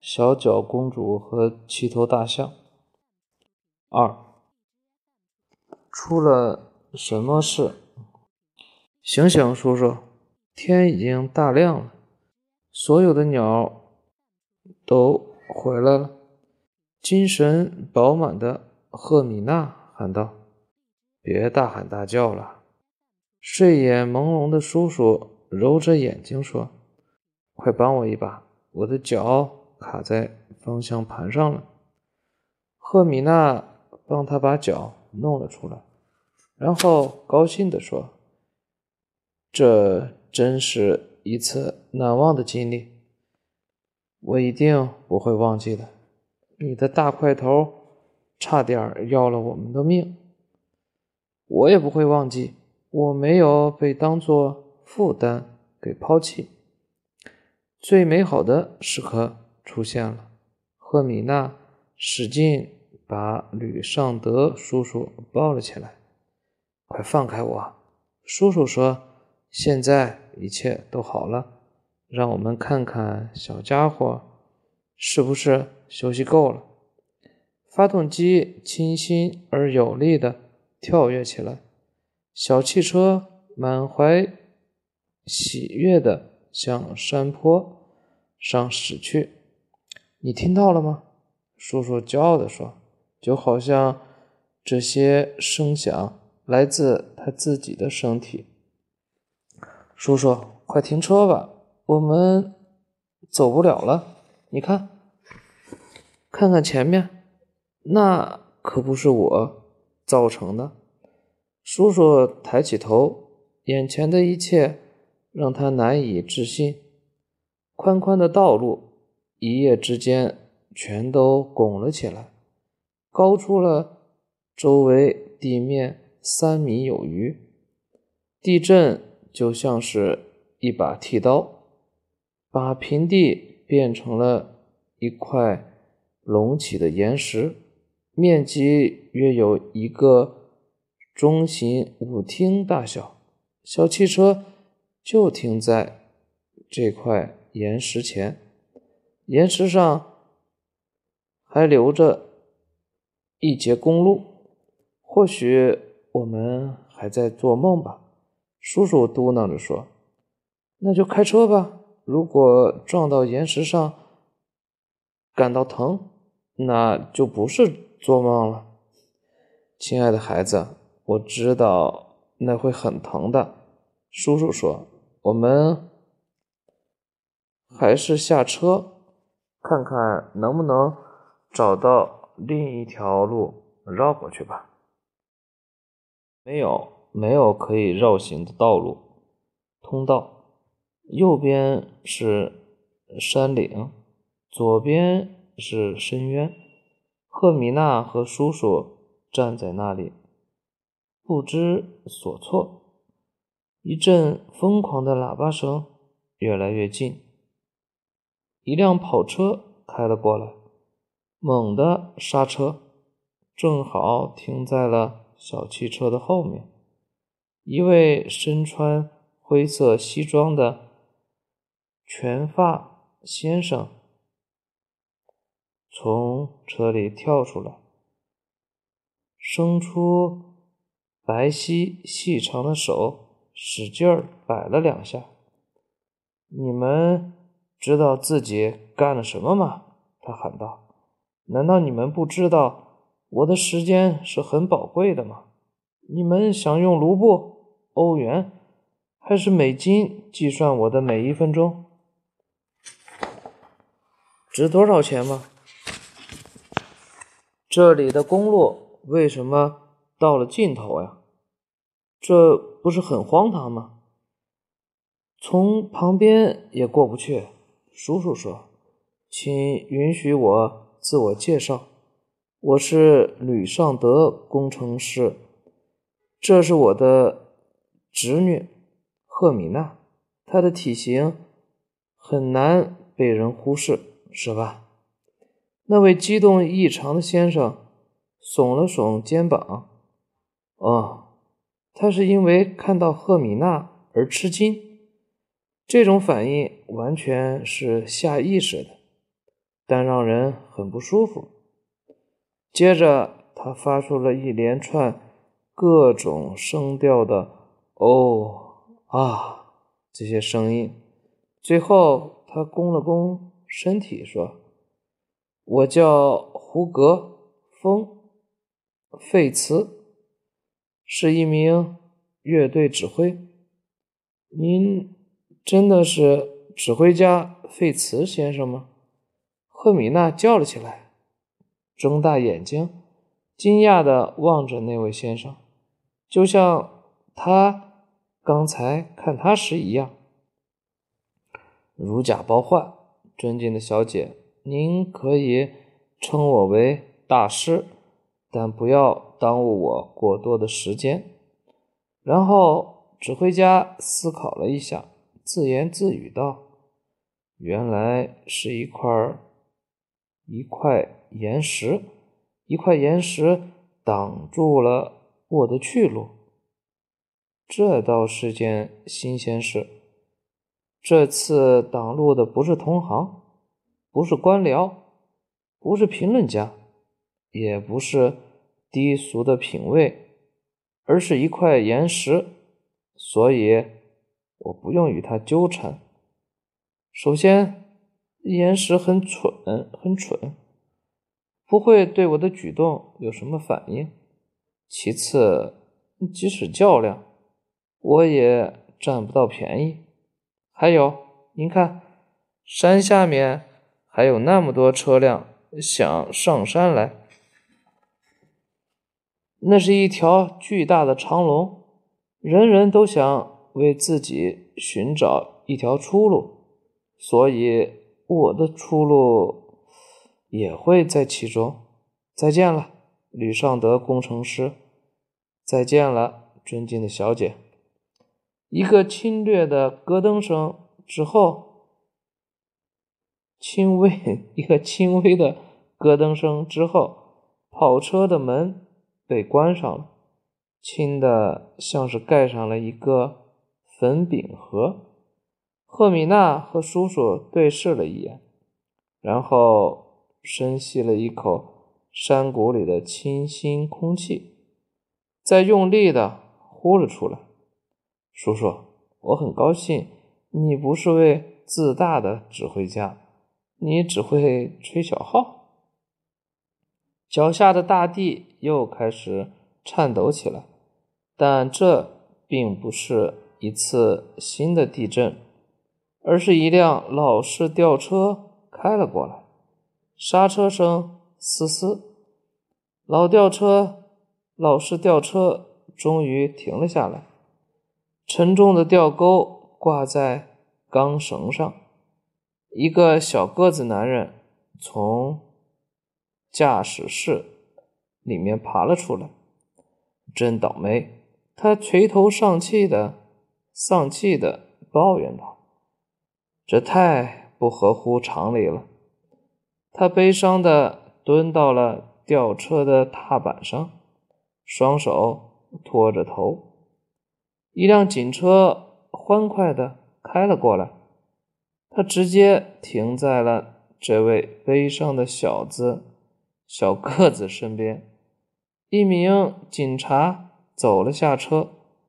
小脚公主和七头大象。2. 出了什么事？醒醒，叔叔，天已经大亮了，所有的鸟都回来了。精神饱满的赫米娜喊道：别大喊大叫了。睡眼朦胧的叔叔揉着眼睛说：快帮我一把，我的脚卡在方向盘上了。赫米娜帮他把脚弄了出来，然后高兴地说：这真是一次难忘的经历，我一定不会忘记的。你的大块头差点要了我们的命，我也不会忘记，我没有被当作负担给抛弃。最美好的时刻出现了，赫米娜使劲把吕尚德叔叔抱了起来。快放开我，叔叔说，现在一切都好了，让我们看看小家伙是不是休息够了。发动机清新而有力地跳跃起来，小汽车满怀喜悦地向山坡上驶去。你听到了吗？叔叔骄傲地说，就好像这些声响来自他自己的身体。叔叔，快停车吧，我们走不了了。你看，看看前面，那可不是我造成的。叔叔抬起头，眼前的一切让他难以置信。宽宽的道路一夜之间全都拱了起来，高出了周围地面3米有余。地震就像是一把剃刀，把平地变成了一块隆起的岩石，面积约有一个中型舞厅大小。小汽车就停在这块岩石前，岩石上还留着一节公路。或许我们还在做梦吧，叔叔嘟囔着说。那就开车吧，如果撞到岩石上感到疼，那就不是做梦了。亲爱的孩子，我知道那会很疼的，叔叔说。我们还是下车，看看能不能找到另一条路绕过去吧。没有可以绕行的通道，右边是山岭，左边是深渊。赫米娜和叔叔站在那里，不知所措。一阵疯狂的喇叭声越来越近，一辆跑车开了过来，猛地刹车，正好停在了小汽车的后面。一位身穿灰色西装的全发先生从车里跳出来，伸出白皙细长的手，使劲儿摆了2下。你们知道自己干了什么吗？他喊道。难道你们不知道我的时间是很宝贵的吗？你们想用卢布、欧元还是美金计算我的每一分钟？值多少钱吗？这里的公路为什么到了尽头呀？这不是很荒唐吗？从旁边也过不去。叔叔说，请允许我自我介绍，我是吕尚德工程师，这是我的侄女赫米娜，她的体型很难被人忽视，是吧？那位激动异常的先生耸了耸肩膀。哦，他是因为看到赫米娜而吃惊，这种反应完全是下意识的。 但让人很不舒服。接着他发出了一连串各种声调的哦啊这些声音，最后他弓了弓身体说：我叫胡格·风·费茨，是一名乐队指挥。您真的是指挥家费茨先生吗？赫米娜叫了起来，睁大眼睛，惊讶地望着那位先生，就像他刚才看他时一样。如假包换，尊敬的小姐，您可以称我为大师，但不要耽误我过多的时间。然后指挥家思考了一下，自言自语道：原来是一块岩石，一块岩石挡住了我的去路。这倒是件新鲜事。这次挡路的不是同行，不是官僚，不是评论家，也不是低俗的品味，而是一块岩石，所以我不用与它纠缠。首先，岩石很蠢，不会对我的举动有什么反应。其次，即使较量，我也占不到便宜。还有，您看，山下面还有那么多车辆想上山来，那是一条巨大的长龙，人人都想为自己寻找一条出路，所以我的出路也会在其中。再见了，吕尚德工程师。再见了，尊敬的小姐。一个轻略的咯噔声之后，一个轻微的咯噔声之后，跑车的门被关上了，轻的像是盖上了一个粉饼盒。赫米娜和叔叔对视了一眼，然后深吸了一口山谷里的清新空气，再用力的呼了出来。叔叔，我很高兴你不是位自大的指挥家，你只会吹小号。脚下的大地又开始颤抖起来，但这并不是一次新的地震，而是一辆老式吊车开了过来，刹车声嘶嘶，老式吊车终于停了下来。沉重的吊钩挂在钢绳上，一个小个子男人从驾驶室里面爬了出来。真倒霉，他垂头丧气的抱怨道：这太不合乎常理了。他悲伤的蹲到了吊车的踏板上，双手托着头。一辆警车欢快地开了过来，他直接停在了这位悲伤的小个子身边。一名警察走了下车，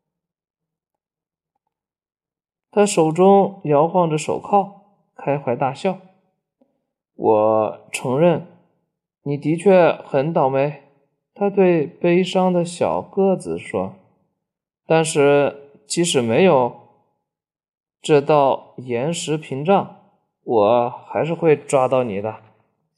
他手中摇晃着手铐，开怀大笑。我承认，你的确很倒霉，他对悲伤的小个子说。但是即使没有这道岩石屏障，我还是会抓到你的。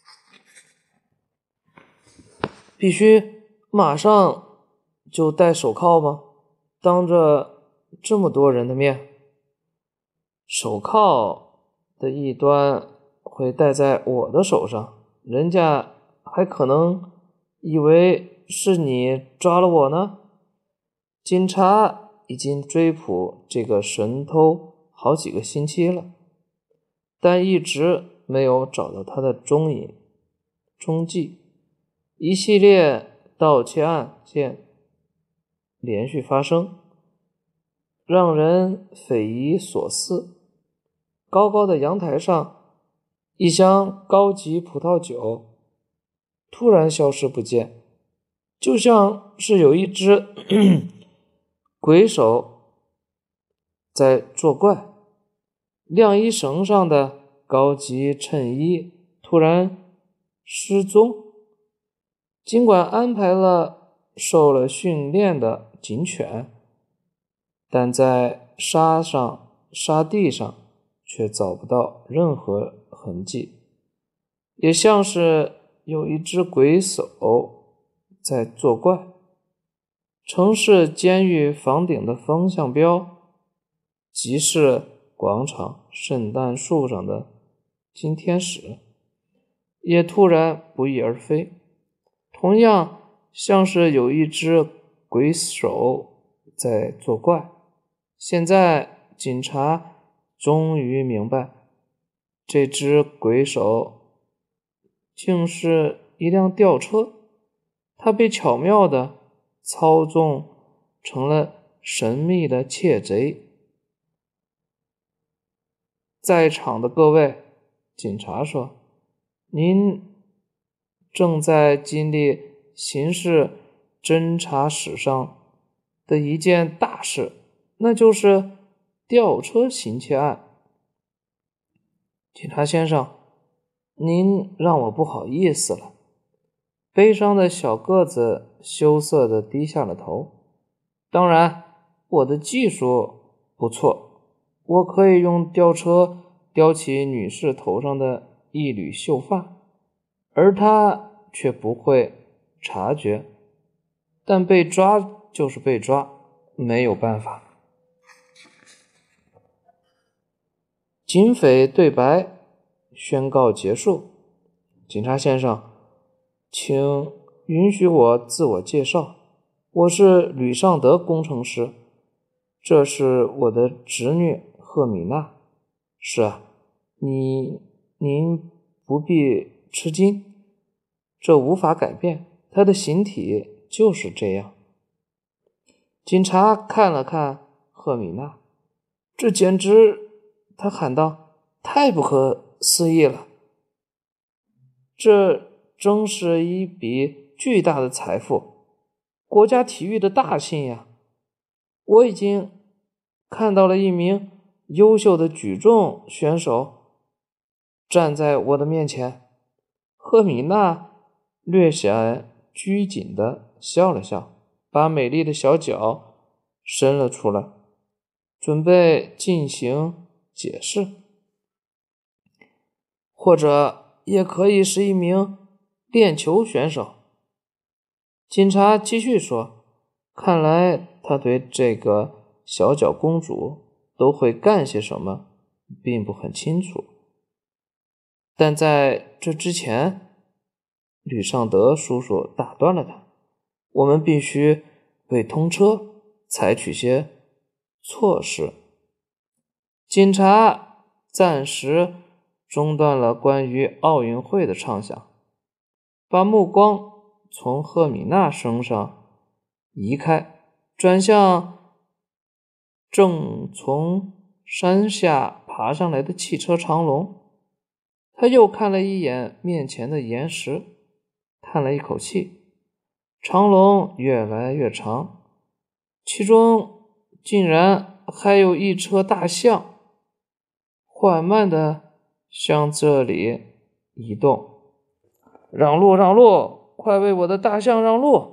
必须马上就戴手铐吗？当着这么多人的面？手铐的一端会戴在我的手上，人家还可能以为是你抓了我呢。警察已经追捕这个神偷好几个星期了，但一直没有找到他的踪迹。一系列盗窃案件连续发生，让人匪夷所思。高高的阳台上， 一箱高级葡萄酒突然消失不见，就像是有一只鬼手在作怪。晾衣绳上的高级衬衣突然失踪，尽管安排了受了训练的警犬，但在沙地上却找不到任何痕迹，也像是有一只鬼手在作怪。城市监狱房顶的风向标，集市广场圣诞树上的金天使，也突然不翼而飞，同样像是有一只鬼手在作怪。现在警察终于明白，这只鬼手竟是一辆吊车，它被巧妙地操纵成了神秘的窃贼。在场的各位，警察说，您正在经历刑事侦查史上的一件大事，那就是吊车行窃案。警察先生，您让我不好意思了。悲伤的小个子羞涩地低下了头。当然，我的技术不错，我可以用吊车叼起女士头上的一缕秀发，而她却不会察觉。但被抓就是被抓，没有办法。警匪对白宣告结束。警察先生，请允许我自我介绍，我是吕尚德工程师，这是我的侄女赫米娜。是啊，您不必吃惊，这无法改变，她的形体就是这样。警察看了看赫米娜，这简直，他喊道，太不可思议了。这真是一笔巨大的财富，国家体育的大幸呀！我已经看到了一名优秀的举重选手站在我的面前。赫米娜略显拘谨地笑了笑，把美丽的小脚伸了出来，准备进行解释。或者也可以是一名链球选手。警察继续说，看来他对这个小脚公主都会干些什么并不很清楚。但在这之前，吕尚德叔叔打断了他，我们必须为通车采取些措施。警察暂时中断了关于奥运会的畅想，把目光从赫米娜身上移开，转向正从山下爬上来的汽车长龙。他又看了一眼面前的岩石，叹了一口气。长龙越来越长，其中竟然还有一车大象，缓慢地向这里移动。让路，让路，快为我的大象让路！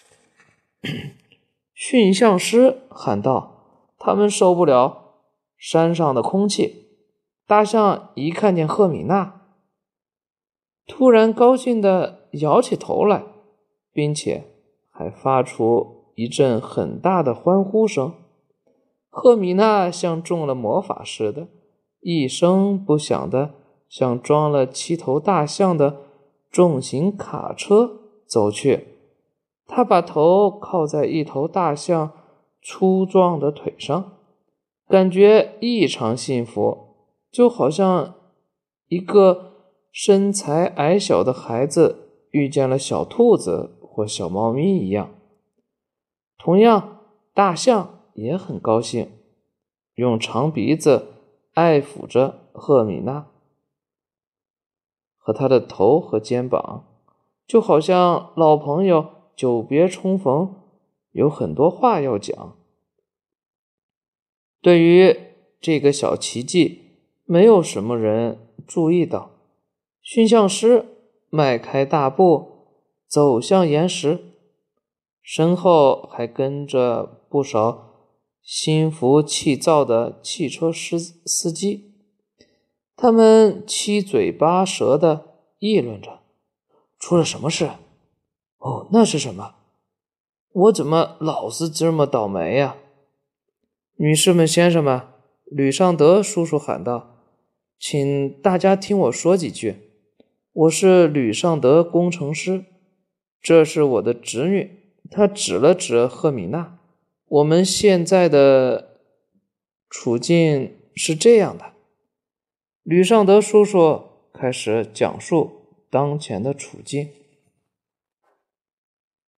驯象师喊道，他们受不了山上的空气。大象一看见赫米娜，突然高兴地摇起头来，并且还发出一阵很大的欢呼声。赫米娜像中了魔法似的，一声不响地向装了7头大象的重型卡车走去。她把头靠在一头大象粗壮的腿上，感觉异常幸福，就好像一个身材矮小的孩子遇见了小兔子或小猫咪一样。同样，大象也很高兴，用长鼻子爱抚着赫米娜。 和他的头和肩膀，就好像老朋友久别重逢，有很多话要讲。对于这个小奇迹，没有什么人注意到。驯象师迈开大步走向岩石，身后还跟着不少心浮气躁的汽车司机，他们七嘴八舌地议论着：出了什么事？哦，那是什么？我怎么老是这么倒霉呀？女士们、先生们，吕尚德叔叔喊道：请大家听我说几句。我是吕尚德工程师，这是我的侄女。他指了指赫米娜。我们现在的处境是这样的。吕尚德叔叔开始讲述当前的处境。